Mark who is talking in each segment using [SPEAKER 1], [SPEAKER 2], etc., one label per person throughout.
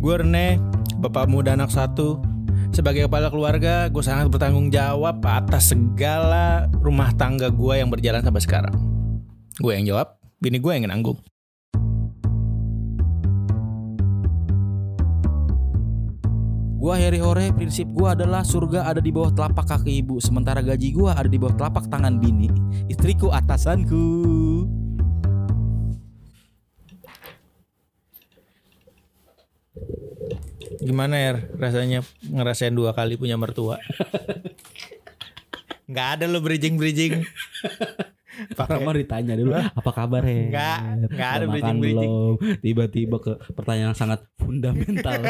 [SPEAKER 1] Gue Rene, bapak muda anak satu. Sebagai kepala keluarga, gue sangat bertanggung jawab atas segala rumah tangga gue yang berjalan sampai sekarang. Gue yang jawab, bini gue yang nanggung.
[SPEAKER 2] Gua Heri Hore, prinsip gua adalah surga ada di bawah telapak kaki ibu, sementara gaji gua ada di bawah telapak tangan bini. Istriku atasanku.
[SPEAKER 1] Gimana ya rasanya ngerasain 2 kali punya mertua? Nggak ada lo bridging.
[SPEAKER 2] Pertama ditanya dulu, apa kabar ya?
[SPEAKER 1] Nggak ada bridging.
[SPEAKER 2] Tiba-tiba ke pertanyaan yang sangat fundamental.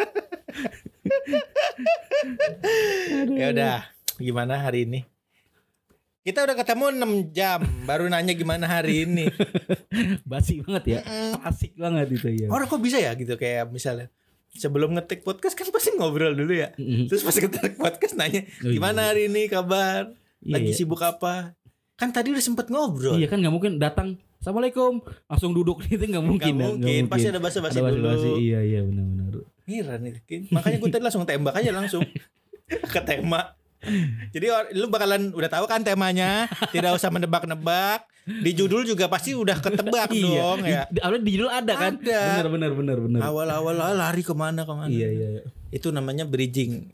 [SPEAKER 1] Ya udah, gimana hari ini? Kita udah ketemu 6 jam, baru nanya gimana hari ini.
[SPEAKER 2] Basi banget ya, asik banget itu ya.
[SPEAKER 1] Orang kok bisa ya gitu, kayak misalnya sebelum ngetik podcast kan pasti ngobrol dulu ya. Terus pas ngetik podcast nanya, gimana hari ini kabar? Lagi sibuk apa? Kan tadi udah sempet ngobrol.
[SPEAKER 2] Iya kan, nggak mungkin datang Assalamualaikum langsung duduk itu, nggak mungkin.
[SPEAKER 1] Nggak mungkin, pasti ada basa-basi dulu.
[SPEAKER 2] Iya benar.
[SPEAKER 1] Heran nih, makanya gue tadi langsung tembak aja langsung ke tema. Jadi lu bakalan udah tahu kan temanya, tidak usah menebak-nebak. Di judul juga pasti udah ketebak dong ya.
[SPEAKER 2] Di judul ada kan?
[SPEAKER 1] Ada.
[SPEAKER 2] Benar.
[SPEAKER 1] Awal-awal lari kemana.
[SPEAKER 2] Iya.
[SPEAKER 1] Itu namanya bridging.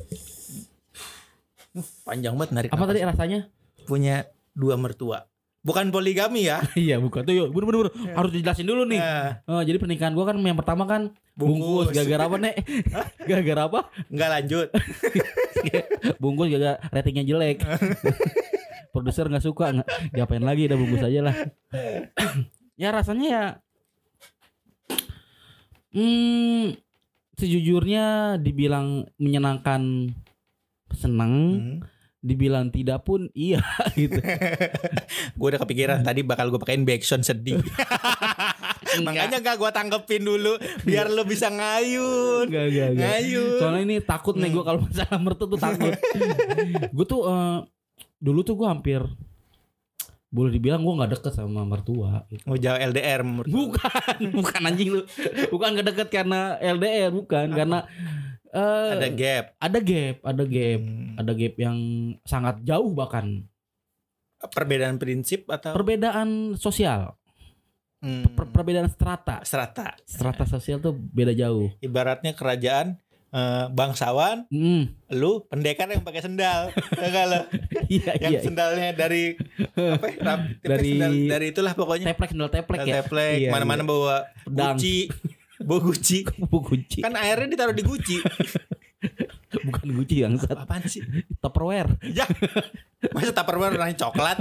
[SPEAKER 1] Panjang banget narik.
[SPEAKER 2] Apa tadi rasanya?
[SPEAKER 1] Punya 2 mertua. Bukan poligami ya.
[SPEAKER 2] Iya bukan tuh, yuk bener harus dijelasin dulu nih. Jadi pernikahan gue kan yang pertama kan bungkus. Gara-gara apa nek? Gara-gara apa?
[SPEAKER 1] Nggak lanjut.
[SPEAKER 2] Bungkus gara-gara ratingnya jelek. Produser nggak suka, diapain lagi, udah bungkus aja lah. Ya rasanya ya sejujurnya dibilang menyenangkan, senang, dibilang tidak pun iya gitu.
[SPEAKER 1] Gue udah kepikiran tadi bakal gue pakein backsound sedih. Makanya gak gue tanggepin dulu biar lo bisa ngayun. Ngayun.
[SPEAKER 2] Soalnya ini takut nih gue kalau masalah mertua tuh takut. Gue tuh dulu tuh gue hampir boleh dibilang gue nggak deket sama mertua gitu.
[SPEAKER 1] Oh, jauh LDR mertua.
[SPEAKER 2] Bukan anjing lu. Bukan gak deket karena LDR, bukan karena
[SPEAKER 1] ada
[SPEAKER 2] gap yang sangat jauh, bahkan
[SPEAKER 1] perbedaan prinsip atau
[SPEAKER 2] perbedaan sosial. Perbedaan strata sosial tuh beda jauh.
[SPEAKER 1] Ibaratnya kerajaan bangsawan, lu pendekar yang pakai sendal, kalau yang sendalnya dari apa? Dari itulah pokoknya.
[SPEAKER 2] Sendal teplek ya.
[SPEAKER 1] Teplek, mana-mana bawa guci. Bawa guci. Kan airnya ditaruh di guci.
[SPEAKER 2] Bukan guci yang
[SPEAKER 1] apaan sih?
[SPEAKER 2] Tupperware.
[SPEAKER 1] Ya. Masa Tupperware warnanya coklat?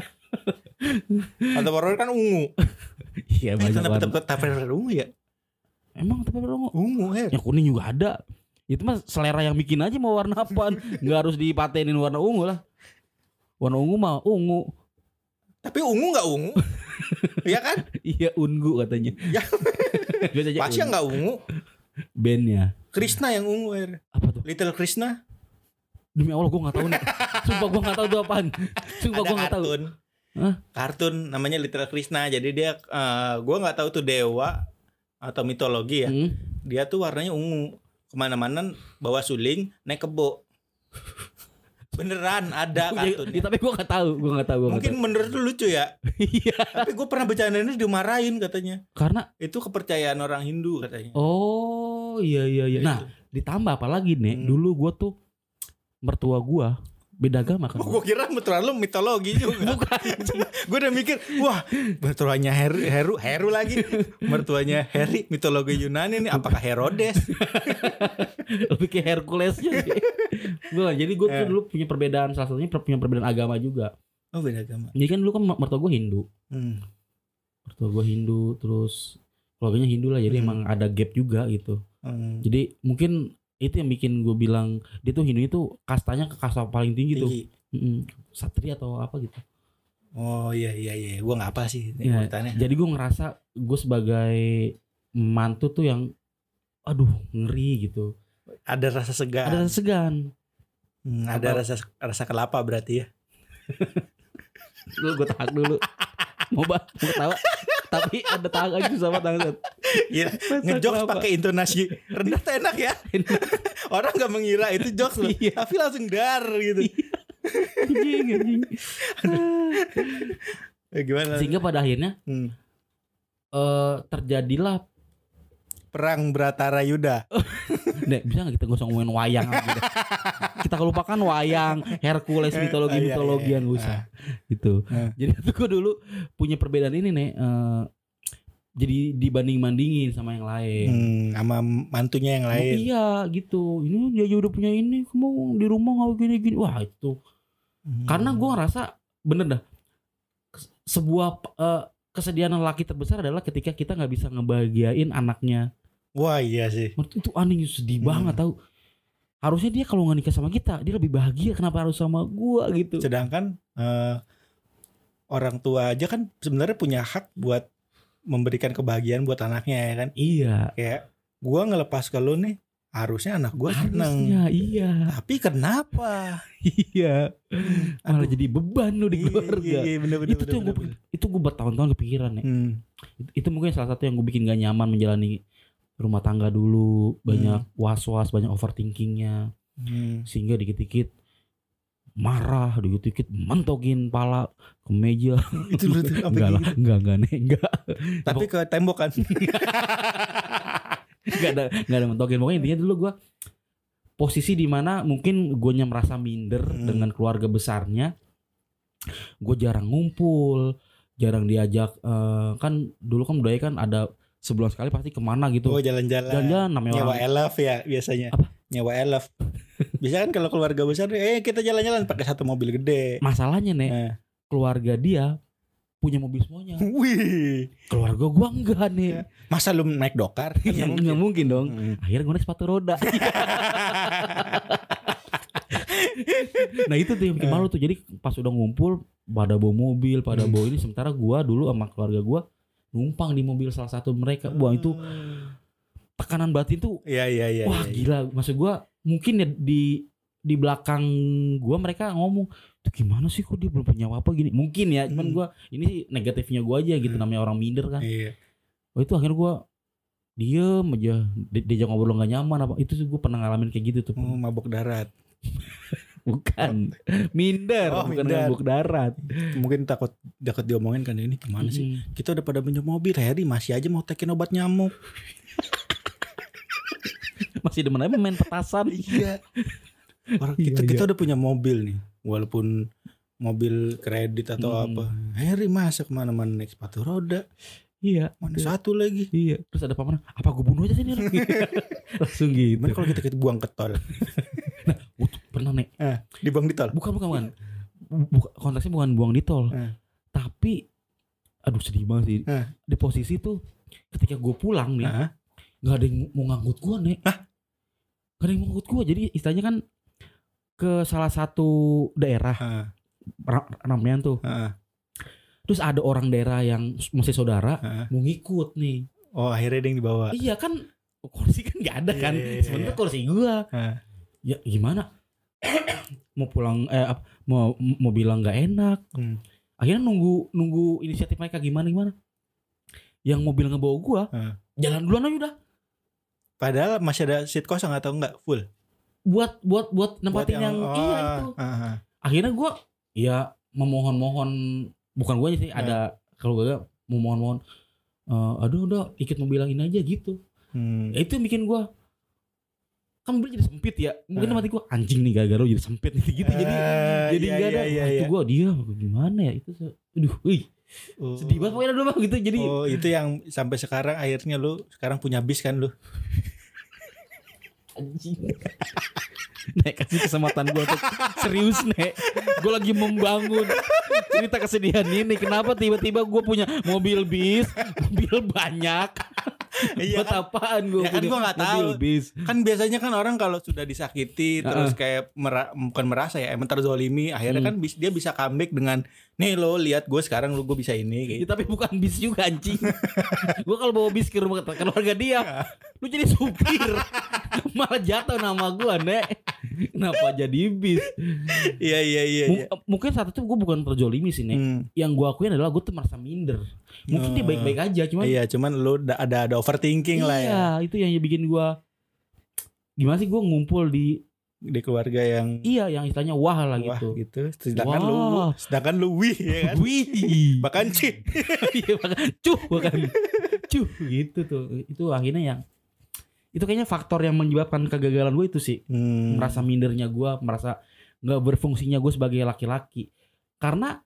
[SPEAKER 1] Atau Tupperware kan ungu.
[SPEAKER 2] Iya, banyak
[SPEAKER 1] Tupperware ungu ya?
[SPEAKER 2] Emang Tupperware ungu?
[SPEAKER 1] Ungu ya.
[SPEAKER 2] Yang kuning juga ada. Itu mah selera yang bikin aja mau warna apaan. Nggak harus dipatenin warna ungu lah. Warna ungu mah ungu.
[SPEAKER 1] Tapi ungu nggak ungu? Iya kan?
[SPEAKER 2] Iya, ungu katanya.
[SPEAKER 1] Ya. Pasnya nggak ungu.
[SPEAKER 2] Bandnya
[SPEAKER 1] Krishna yang ungu.
[SPEAKER 2] Apa tuh?
[SPEAKER 1] Little Krishna.
[SPEAKER 2] Demi Allah gue nggak tahu nih. Sumpah gue nggak tahu itu apaan. Sumpah gue nggak tahu.
[SPEAKER 1] Kartun namanya Little Krishna. Jadi dia gue nggak tahu tuh dewa atau mitologi ya. Dia tuh warnanya ungu. Kemana-mana bawa suling, naik kebo. Beneran ada kartunnya.
[SPEAKER 2] Tapi gue nggak tahu.
[SPEAKER 1] Mungkin menurut lu lucu ya.
[SPEAKER 2] Iya.
[SPEAKER 1] Tapi gue pernah bercandain dimarahin katanya.
[SPEAKER 2] Karena
[SPEAKER 1] itu kepercayaan orang Hindu katanya.
[SPEAKER 2] Oh iya. Nah ditambah apalagi nih. Dulu gue tuh mertua gue beda agama kan.
[SPEAKER 1] Gue kira mertua lu mitologi juga.
[SPEAKER 2] Bukan.
[SPEAKER 1] Gue udah mikir, wah mertuanya Heru lagi. Mertuanya Heri mitologi Yunani nih. Apakah Herodes?
[SPEAKER 2] Lebih ke Hercules juga. Jadi gue tuh dulu punya perbedaan, salah satunya punya perbedaan agama juga.
[SPEAKER 1] Oh, beda agama.
[SPEAKER 2] Jadi kan dulu kan mertua gue Hindu. Mertua gue Hindu, terus keluarganya Hindu lah. Jadi emang ada gap juga gitu. Jadi mungkin itu yang bikin gue bilang dia tuh Hindu itu kastanya ke kasta paling tinggi. Tuh Satria atau apa gitu.
[SPEAKER 1] Oh iya gue nggak apa sih
[SPEAKER 2] ya, jadi gue ngerasa gue sebagai mantu tuh yang aduh ngeri gitu.
[SPEAKER 1] Ada rasa segan. Ada rasa kelapa berarti ya.
[SPEAKER 2] Gue tahan dulu. mau ketawa tapi ada tangan sama tangan.
[SPEAKER 1] Iya, ngejokes pakai intonasi rendah tuh enak ya. Orang nggak mengira itu jokes loh, tapi langsung dar gitu.
[SPEAKER 2] Anjing.
[SPEAKER 1] Gimana?
[SPEAKER 2] Sehingga pada akhirnya terjadilah
[SPEAKER 1] perang Bratarayuda.
[SPEAKER 2] Nek, bisa gak kita gosong ngomongin wayang gitu. Kita kelupakan wayang, Hercules, mitologi yang gak usah gitu. Jadi aku dulu punya perbedaan ini nih, jadi dibanding-bandingin sama yang lain,
[SPEAKER 1] sama mantunya yang lain.
[SPEAKER 2] Iya gitu. Ini dia udah punya ini, kamu di rumah gak gini-gini. Wah itu karena gue ngerasa bener dah, sebuah kesedihan lelaki terbesar adalah ketika kita gak bisa ngebahagiain anaknya.
[SPEAKER 1] Wah iya sih.
[SPEAKER 2] Itu aneh, sedih banget tau. Harusnya dia kalau nggak nikah sama kita, dia lebih bahagia. Kenapa harus sama gua gitu?
[SPEAKER 1] Sedangkan orang tua aja kan sebenarnya punya hak buat memberikan kebahagiaan buat anaknya ya kan?
[SPEAKER 2] Iya.
[SPEAKER 1] Kayak gua ngelepas ke lu nih, harusnya anak gua seneng.
[SPEAKER 2] Iya.
[SPEAKER 1] Tapi kenapa?
[SPEAKER 2] Iya. Malah jadi beban lu di keluarga.
[SPEAKER 1] Iya, bener,
[SPEAKER 2] itu gue bertahun-tahun kepikiran nih. Itu mungkin salah satu yang gue bikin gak nyaman menjalani rumah tangga dulu, banyak was-was, banyak overthinkingnya, sehingga dikit-dikit marah, dikit-dikit mentokin pala ke meja.
[SPEAKER 1] Itu lu tuh
[SPEAKER 2] enggak.
[SPEAKER 1] Tapi ke tembok kan?
[SPEAKER 2] Enggak ada mentokin. Pokoknya intinya dulu gue posisi di mana mungkin gue merasa minder dengan keluarga besarnya. Gue jarang ngumpul, jarang diajak. Kan dulu kan budaya kan ada sebulan sekali pasti kemana gitu.
[SPEAKER 1] Oh jalan-jalan
[SPEAKER 2] namanya
[SPEAKER 1] nyewa elf ya biasanya.
[SPEAKER 2] Apa?
[SPEAKER 1] Nyewa elf. Bisa kan kalau keluarga besar kita jalan-jalan pakai satu mobil gede.
[SPEAKER 2] Masalahnya nih keluarga dia punya mobil semuanya.
[SPEAKER 1] Wih.
[SPEAKER 2] Keluarga gua enggak nih.
[SPEAKER 1] Masa lu naik dokar?
[SPEAKER 2] Nggak mungkin dong. Akhirnya gua naik sepatu roda. Nah itu tuh yang bikin malu tuh. Jadi pas udah ngumpul pada bawa mobil, pada bawa ini, sementara gua dulu sama keluarga gua numpang di mobil salah satu mereka. Wah itu tekanan batin tuh.
[SPEAKER 1] Iya.
[SPEAKER 2] Wah gila. Maksud gue mungkin ya di belakang gue mereka ngomong, tuh gimana sih kok dia belum punya apa gini. Mungkin ya. Cuman gue ini negatifnya gue aja gitu. Namanya orang minder kan.
[SPEAKER 1] Iya.
[SPEAKER 2] Oh itu akhirnya gue diem aja. Diajak ngobrol gak nyaman apa. Itu gue pernah ngalamin kayak gitu tuh.
[SPEAKER 1] Mabok darat.
[SPEAKER 2] Bukan minder, bukan mabuk darat.
[SPEAKER 1] Mungkin takut diomongin kan, ini gimana sih? Kita udah pada punya mobil, Harry masih aja mau tekin obat nyamuk.
[SPEAKER 2] Masih demen aja main petasan.
[SPEAKER 1] Iya. Orang kita udah punya mobil nih, walaupun mobil kredit atau apa. Harry masa kemana-mana naik sepatu roda.
[SPEAKER 2] Iya.
[SPEAKER 1] Mana satu lagi?
[SPEAKER 2] Iya. Terus ada paman, apa gue bunuh aja sini orang. Langsung gitu.
[SPEAKER 1] Gimana kalau kita buang ke tol?
[SPEAKER 2] Nah, pernah nih.
[SPEAKER 1] Dibuang di tol?
[SPEAKER 2] Bukan. Konteksnya bukan buang di tol. Tapi, aduh sedih banget sih. Di posisi tuh, ketika gue pulang nih, nggak ada yang mau ngangkut gue nih. Gak ada yang mau ngangkut gue. Jadi istilahnya kan ke salah satu daerah, Ramean tuh. Terus ada orang daerah yang masih saudara mau ngikut nih.
[SPEAKER 1] Oh akhirnya ada yang dibawa.
[SPEAKER 2] Iya kan, kursi kan nggak ada kan. Sebenarnya kursi gue. Ya gimana? Mau pulang mau bilang nggak enak. Akhirnya nunggu inisiatif mereka gimana. Yang mobil ngebawa gua jalan duluan aja udah. Padahal masih ada seat kosong atau enggak full? Buat nempatin yang iya itu. Akhirnya gua ya memohon-mohon, bukan gua aja sih, ada kalau gak memohon-mohon, aduh udah ikut mobil yang ini aja gitu. Ya itu yang bikin gua kan mobil jadi sempit ya. Mungkin mati gue anjing nih gara-gara jadi sempit gitu. Jadi enggak ada. Itu gue dia gimana ya itu. Aduh, sedih banget pokoknya dulu gitu. Jadi
[SPEAKER 1] itu yang sampai sekarang akhirnya lu sekarang punya bis kan lu.
[SPEAKER 2] Anjing. Nek kasih kesempatan gue untuk serius Nek. Gue lagi membangun cerita kesedihan ini. Kenapa tiba-tiba gue punya mobil bis, mobil banyak.
[SPEAKER 1] Iya
[SPEAKER 2] buat apaan gue?
[SPEAKER 1] Ya kan gue nggak tahu.
[SPEAKER 2] Bis.
[SPEAKER 1] Kan biasanya kan orang kalau sudah disakiti terus kayak bukan merasa ya, emang terzolimi, akhirnya kan dia bisa comeback dengan nih lo lihat gue sekarang, gue bisa ini. Gitu.
[SPEAKER 2] Ya, tapi bukan bis juga anjing. Gue kalau bawa bis ke rumah keluarga dia, lu jadi supir, malah jatuh nama gue Nek. Kenapa jadi bis?
[SPEAKER 1] Iya.
[SPEAKER 2] Mungkin saat itu gue bukan terjolimi sih nih. Yang gue akuin adalah gue tuh merasa minder. Mungkin dia baik-baik aja,
[SPEAKER 1] cuman lu ada overthinking lah ya.
[SPEAKER 2] Iya, itu yang bikin gue gimana sih, gue ngumpul di
[SPEAKER 1] keluarga yang
[SPEAKER 2] yang istilahnya wah lah gitu.
[SPEAKER 1] Sedangkan lu wih ya kan. Bahkan cih.
[SPEAKER 2] Iya, bahkan cuh gitu tuh. Itu akhirnya yang itu kayaknya faktor yang menyebabkan kegagalan gue itu sih. Merasa mindernya gue, merasa gak berfungsinya gue sebagai laki-laki. Karena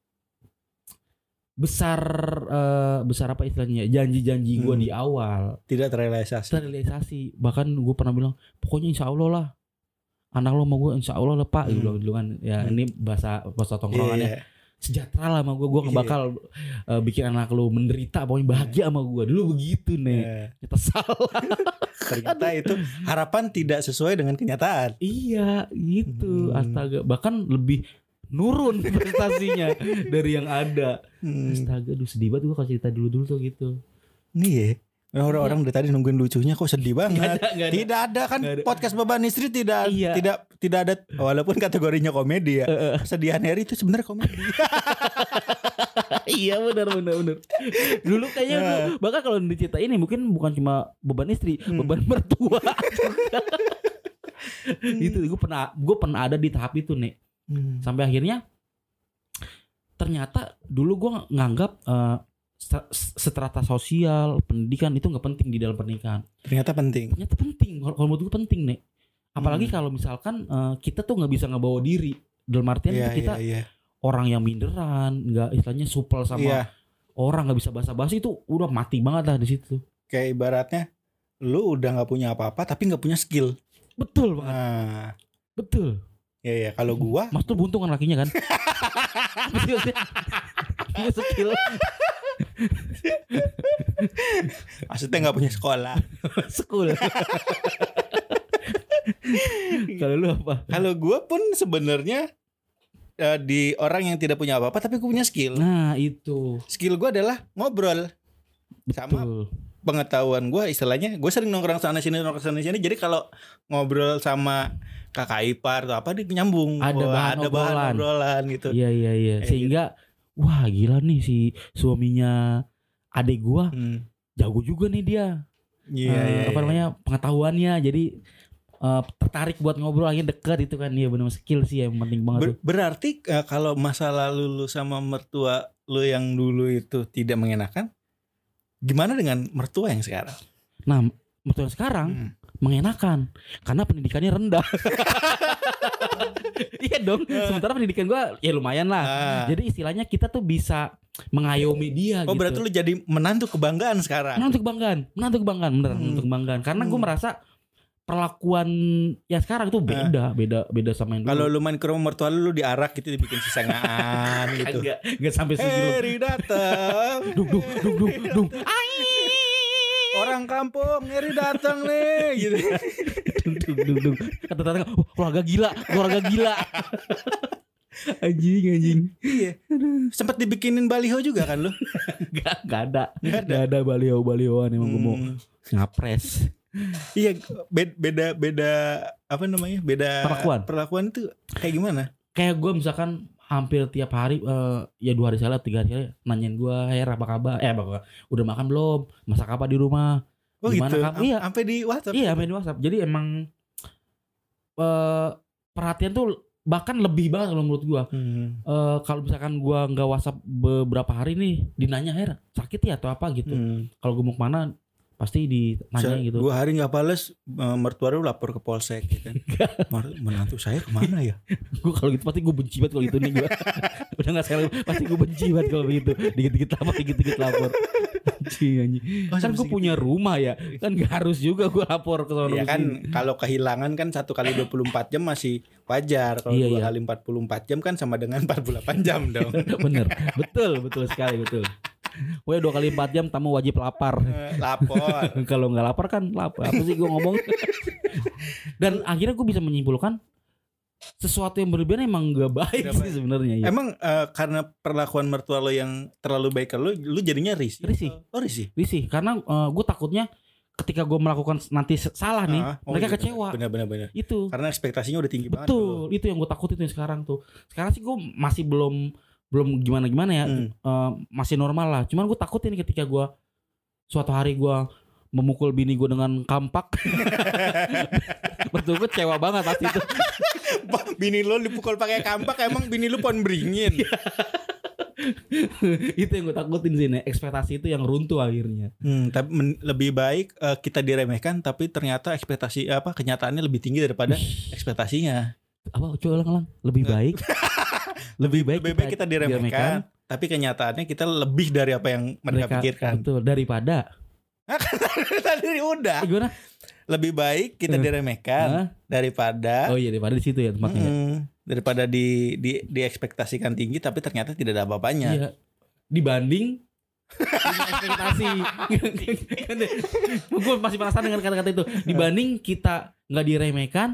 [SPEAKER 2] besar apa istilahnya, janji-janji gue di awal
[SPEAKER 1] tidak terrealisasi.
[SPEAKER 2] Bahkan gue pernah bilang, pokoknya insya Allah lah anak lo sama gue, insya Allah lah pak. Gitu kan ya. Ini bahasa tongkrongannya. Sejahtera lah sama gue gak bakal bikin anak lo menderita, pokoknya bahagia sama gue. Dulu begitu nih. Kita salah.
[SPEAKER 1] Ternyata itu harapan tidak sesuai dengan kenyataan.
[SPEAKER 2] Iya gitu. Astaga, bahkan lebih nurun prestasinya dari yang ada. Astaga, sedih banget gue kalau cerita dulu tuh gitu.
[SPEAKER 1] Nih ya, orang-orang dari tadi nungguin lucunya kok sedih banget. Tidak ada kan podcast Beban Istri tidak ada, walaupun kategorinya komedi ya. Kesedihan Heri itu sebenarnya komedi. Iya benar. Dulu kayaknya bahkan kalau diceritain ini mungkin bukan cuma beban istri, beban mertua.
[SPEAKER 2] Itu gue pernah ada di tahap itu nih. Sampai akhirnya ternyata dulu gue nganggap strata sosial, pendidikan itu nggak penting di dalam pernikahan. Ternyata penting. Kalau menurut gue penting nih. Apalagi kalau misalkan kita tuh nggak bisa ngebawa diri. Dalam artian kita orang yang minderan, nggak istilahnya supel sama orang, nggak bisa basa-basi, itu udah mati banget lah di situ.
[SPEAKER 1] Kayak ibaratnya lu udah nggak punya apa-apa tapi nggak punya skill.
[SPEAKER 2] Betul banget. Betul.
[SPEAKER 1] Ya kalau gua
[SPEAKER 2] Mas tuh buntung kan lakinya kan. Punya skill.
[SPEAKER 1] Maksudnya nggak punya sekolah.
[SPEAKER 2] Kalau lu apa?
[SPEAKER 1] Kalau gua pun sebenarnya di orang yang tidak punya apa-apa tapi gua punya skill.
[SPEAKER 2] Nah itu.
[SPEAKER 1] Skill gua adalah ngobrol. Sama pengetahuan gue, istilahnya gue sering nongkrong sana sini. Jadi kalau ngobrol sama kakak ipar atau apa, dia nyambung,
[SPEAKER 2] ada bahan
[SPEAKER 1] obrolan gitu.
[SPEAKER 2] Iya. Sehingga gitu. Wah gila nih si suaminya adik gue jago juga nih dia. Apa namanya, pengetahuannya. Jadi tertarik buat ngobrol, akhirnya deket itu kan. Iya benar, skill sih yang penting banget tuh.
[SPEAKER 1] Berarti kalau masa lalu lu sama mertua lu yang dulu itu tidak mengenakan, gimana dengan mertua yang sekarang?
[SPEAKER 2] Nah, mertua yang sekarang mengenakan karena pendidikannya rendah. Iya dong. Sementara pendidikan gue ya lumayan lah. Jadi istilahnya kita tuh bisa mengayomi dia.
[SPEAKER 1] Oh gitu. Berarti lu jadi menantu kebanggaan sekarang.
[SPEAKER 2] Menantu kebanggaan, beneran menantu kebanggaan. Karena gue merasa perlakuan yang sekarang tuh beda sama yang dulu.
[SPEAKER 1] Kalau lu main ke rumah mertua lu diarak gitu, dibikin sisangan gitu.
[SPEAKER 2] Enggak sampai segitu.
[SPEAKER 1] Heri datang.
[SPEAKER 2] Dung.
[SPEAKER 1] Orang kampung, Heri datang nih gitu.
[SPEAKER 2] Dung. Kata tetangga, keluarga gila. Anjing. Iya.
[SPEAKER 1] Sempat dibikinin baliho juga kan lu?
[SPEAKER 2] Gak ada baliho-balihoan, emang gue mau ngapres.
[SPEAKER 1] Iya, beda apa namanya? Beda perlakuan itu kayak gimana?
[SPEAKER 2] Kayak gue misalkan hampir tiap hari ya 2 hari sekali, 3 hari sekali nanyain gue, Her apa kabar? Udah makan belum? Masak apa di rumah?
[SPEAKER 1] Oh gimana gitu? Kamu? Iya, sampai di WhatsApp.
[SPEAKER 2] Iya, sampai di WhatsApp. Jadi emang perhatian tuh bahkan lebih banget kalau menurut gue. Kalau misalkan gue nggak WhatsApp beberapa hari nih, dinanya, Her sakit ya atau apa gitu. Kalau gue mau kemana pasti ditanya gitu.
[SPEAKER 1] 2 hari nggak bales, mertua lu lapor ke polsek gitu kan. Menantu saya kemana ya?
[SPEAKER 2] Gue kalau gitu pasti gue benci banget kalau gitu nih gue. Udah nggak sekali, pasti gue benci banget kalau begitu. Dikit-dikit lapor. Anjing. Kan gue punya rumah ya, kan nggak harus juga gue lapor ke sana.
[SPEAKER 1] Ya kan kalau kehilangan kan 1 kali 24 jam masih wajar. Kalau 2 kali 44 jam kan sama dengan 48 jam dong.
[SPEAKER 2] Bener, betul sekali, betul. Wah 2 kali 4 jam tamu wajib lapar.
[SPEAKER 1] Lapor.
[SPEAKER 2] Kalau nggak lapar kan lapar. Apa sih gue ngomong? Dan akhirnya gue bisa menyimpulkan sesuatu yang berlebihan emang gak baik sih sebenarnya. Ya.
[SPEAKER 1] Emang karena perlakuan mertua lo yang terlalu baik ke lo jadinya risih.
[SPEAKER 2] Oh risih. Risih karena gue takutnya ketika gue melakukan nanti salah nih, mereka kecewa.
[SPEAKER 1] Benar.
[SPEAKER 2] Itu.
[SPEAKER 1] Karena ekspektasinya udah tinggi banget.
[SPEAKER 2] Betul, itu yang gue takutin sekarang tuh. Sekarang sih gue masih belum gimana ya, masih normal lah. Cuman gue takutin ketika gue suatu hari gue memukul bini gue dengan kampak. Betul, gue kecewa banget pasti itu.
[SPEAKER 1] Bini lo dipukul pakai kampak, emang bini lo pohon beringin.
[SPEAKER 2] Itu yang gue takutin sih, nih. Ekspektasi itu yang runtuh akhirnya.
[SPEAKER 1] Tapi lebih baik kita diremehkan, tapi ternyata kenyataannya lebih tinggi daripada ekspektasinya.
[SPEAKER 2] Apa? Coba ulang. Lebih baik. lebih baik kita diremehkan, tapi kenyataannya kita lebih dari apa yang mereka pikirkan. Betul, daripada.
[SPEAKER 1] Tadi udah.
[SPEAKER 2] Gimana?
[SPEAKER 1] Lebih baik kita diremehkan daripada.
[SPEAKER 2] Oh iya, daripada di situ ya tempatnya.
[SPEAKER 1] Daripada diekspektasikan tinggi tapi ternyata tidak ada apa-apanya.
[SPEAKER 2] Iya. Dibanding punya ekspektasi. Gue masih penasaran dengan kata-kata itu. Dibanding kita nggak diremehkan.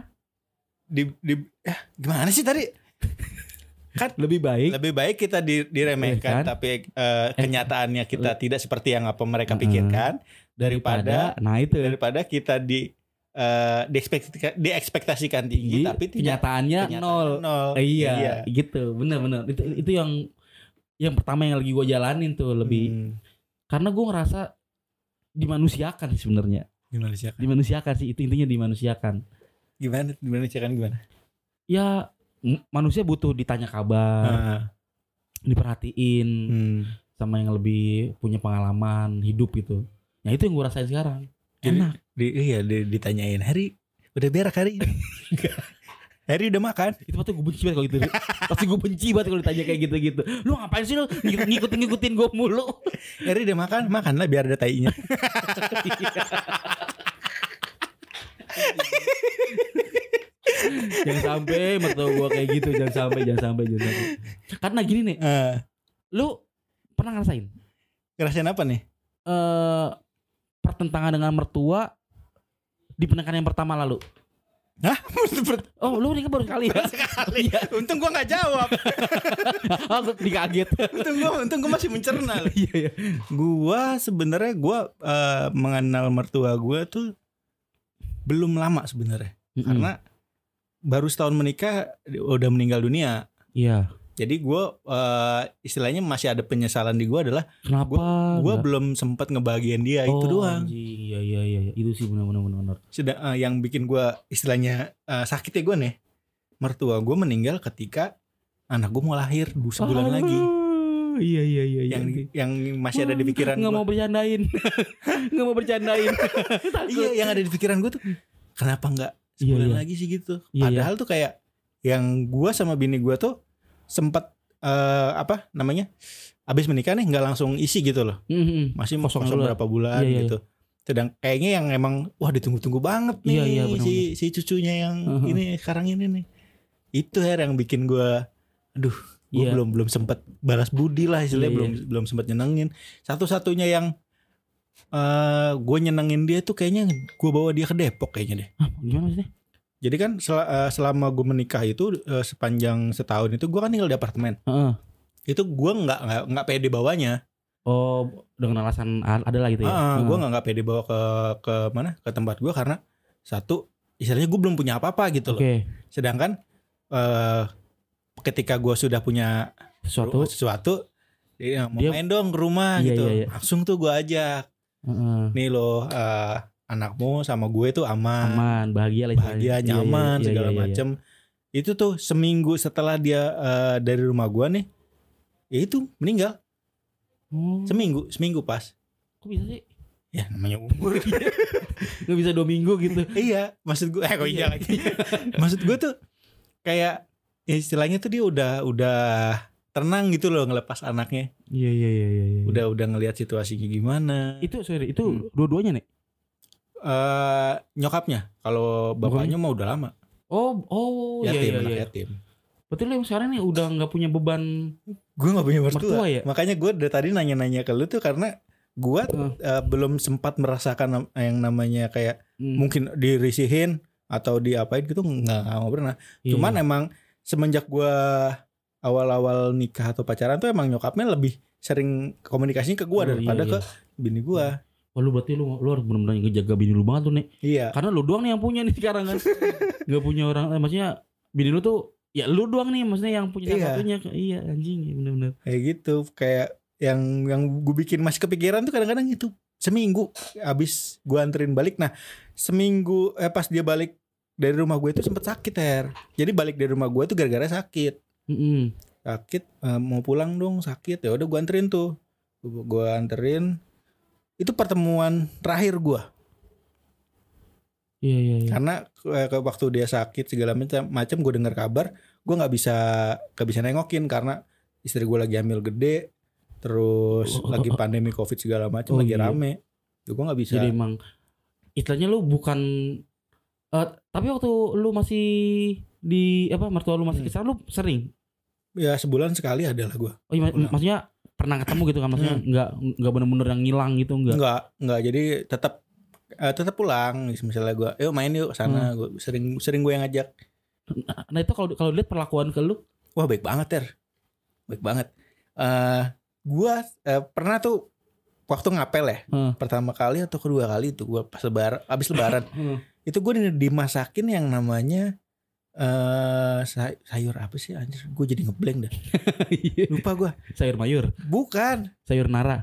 [SPEAKER 1] Gimana sih tadi? Kan lebih baik kita diremehkan tapi kenyataannya kita tidak seperti yang apa mereka pikirkan daripada kita diekspektasikan tinggi tapi
[SPEAKER 2] kenyataannya nol. Iya, gitu. Benar. Itu yang pertama yang lagi gue jalanin tuh lebih karena gue ngerasa dimanusiakan sih sebenarnya. Dimanusiakan sih, itu intinya dimanusiakan.
[SPEAKER 1] Gimana? Dimanusiakan gimana?
[SPEAKER 2] Ya manusia butuh ditanya kabar, diperhatiin sama yang lebih punya pengalaman hidup gitu. Nah itu yang gue rasain sekarang. Enak.
[SPEAKER 1] Ditanyain, Hari udah berak hari ini? Hari udah makan?
[SPEAKER 2] Itu pasti gue benci banget kalau gitu. Pasti gue benci banget kalau ditanya kayak gitu-gitu. Lu ngapain sih lu ngikutin gue mulu?
[SPEAKER 1] Hari udah makan? Makan lah biar ada tainya.
[SPEAKER 2] Jangan sampai mertua gue kayak gitu. Jangan sampai. Karena gini nih, lu pernah ngerasain
[SPEAKER 1] apa nih?
[SPEAKER 2] Pertentangan dengan mertua di pernikahan yang pertama lalu.
[SPEAKER 1] Hah?
[SPEAKER 2] Oh, lu nikah baru sekali ya?
[SPEAKER 1] Sekali. Untung gua nggak jawab.
[SPEAKER 2] Aku dikaget.
[SPEAKER 1] Untung gua masih mencerna.
[SPEAKER 2] Iya.
[SPEAKER 1] Gua sebenarnya mengenal mertua gua tuh belum lama sebenarnya. Karena baru setahun menikah udah meninggal dunia.
[SPEAKER 2] Iya.
[SPEAKER 1] Jadi gue istilahnya masih ada penyesalan di gue adalah
[SPEAKER 2] kenapa
[SPEAKER 1] gue belum sempat ngebahagiain dia. Itu doang.
[SPEAKER 2] Iya itu sih benar.
[SPEAKER 1] Yang bikin gue istilahnya sakitnya gue nih, mertua gue meninggal ketika anak gue mau lahir sebulan lagi.
[SPEAKER 2] Iya.
[SPEAKER 1] Yang masih ada di pikiran gue.
[SPEAKER 2] Nggak mau bercandain.
[SPEAKER 1] Iya, yang ada di pikiran gue tuh kenapa nggak sebulan lagi sih gitu. Padahal tuh kayak yang gue sama bini gue tuh sempat abis menikah nih nggak langsung isi gitu loh, masih kosong berapa bulan gitu. Sedang kayaknya yang emang ditunggu-tunggu banget nih si cucunya yang ini sekarang ini nih. Itu yang bikin gue belum sempat balas budi lah istilahnya. Belum sempat nyenengin. Satu-satunya yang gue nyenengin dia tuh kayaknya gue bawa dia ke Depok kayaknya deh.
[SPEAKER 2] Gimana sih?
[SPEAKER 1] Jadi kan selama gue menikah itu sepanjang setahun itu gue kan tinggal di apartemen. Itu gue nggak pede bawanya.
[SPEAKER 2] Oh, dengan alasan ada lah gitu ya?
[SPEAKER 1] Gue nggak pede bawa ke mana, ke tempat gue karena satu istilahnya gue belum punya apa-apa gitu loh. Sedangkan ketika gue sudah punya sesuatu dia mau main dong ke rumah gitu. Langsung tuh gue ajak. Nih loh. Anakmu sama gue tuh aman, bahagia, nyaman, segala macem. Itu tuh seminggu setelah dia dari rumah gue nih, ya itu meninggal. Seminggu pas.
[SPEAKER 2] Kok bisa sih?
[SPEAKER 1] Ya namanya umur.
[SPEAKER 2] Gak bisa 2 minggu gitu.
[SPEAKER 1] Iya, maksud gue lagi. Maksud gue tuh kayak istilahnya tuh dia udah tenang gitu loh ngelepas anaknya.
[SPEAKER 2] Iya.
[SPEAKER 1] Udah ngelihat situasinya gimana.
[SPEAKER 2] Itu dua-duanya nih.
[SPEAKER 1] Nyokapnya, kalau bapaknya mah udah lama. Yatim.
[SPEAKER 2] Berarti lu sekarang nih udah nggak punya beban.
[SPEAKER 1] Gue nggak punya mertua
[SPEAKER 2] ya?
[SPEAKER 1] Makanya gue dari tadi nanya-nanya ke lu tuh karena gue belum sempat merasakan yang namanya kayak mungkin dirisihin atau diapain gitu, nggak pernah. Cuman emang semenjak gue awal-awal nikah atau pacaran tuh emang nyokapnya lebih sering komunikasinya ke gue daripada ke bini gue.
[SPEAKER 2] Wah lu berarti lu harus benar-benar ngejaga bini lu banget tuh nih.
[SPEAKER 1] Iya.
[SPEAKER 2] Karena lu doang nih yang punya nih sekarang kan. Gak punya orang, maksudnya bini lu tuh ya lu doang nih maksudnya yang punya satunya. Iya anjing bener-bener.
[SPEAKER 1] Kayak gitu, kayak yang gue bikin masih kepikiran tuh kadang-kadang itu seminggu abis gue anterin balik. Nah seminggu pas dia balik dari rumah gue itu sempet sakit Jadi balik dari rumah gue tuh gara-gara sakit. Sakit mau pulang dong sakit, ya udah gue anterin tuh. Gue anterin. Itu pertemuan terakhir gue.
[SPEAKER 2] Iya.
[SPEAKER 1] Karena waktu dia sakit segala macam gue dengar kabar, gue nggak bisa nengokin karena istri gue lagi hamil gede, terus lagi pandemi COVID segala macam, lagi rame. Gue nggak bisa.
[SPEAKER 2] Jadi emang istilahnya lu bukan, tapi waktu lu masih di mertua lu masih kisah lu sering?
[SPEAKER 1] Ya sebulan sekali adalah gue.
[SPEAKER 2] Oh iya, maksudnya pernah ketemu gitu kan, maksudnya nggak benar-benar yang ngilang gitu
[SPEAKER 1] enggak, jadi tetap pulang misalnya gue yuk main yuk sana. Gue sering gue yang ngajak.
[SPEAKER 2] Nah itu kalau lihat perlakuan ke lu,
[SPEAKER 1] wah baik banget baik banget. Gue pernah tuh waktu ngapel ya, pertama kali atau kedua kali itu gue pas abis lebaran itu gue dimasakin yang namanya sayur apa sih anjir, gue jadi ngeblank dah. Lupa gue.
[SPEAKER 2] Sayur mayur.
[SPEAKER 1] Bukan.
[SPEAKER 2] Sayur nara.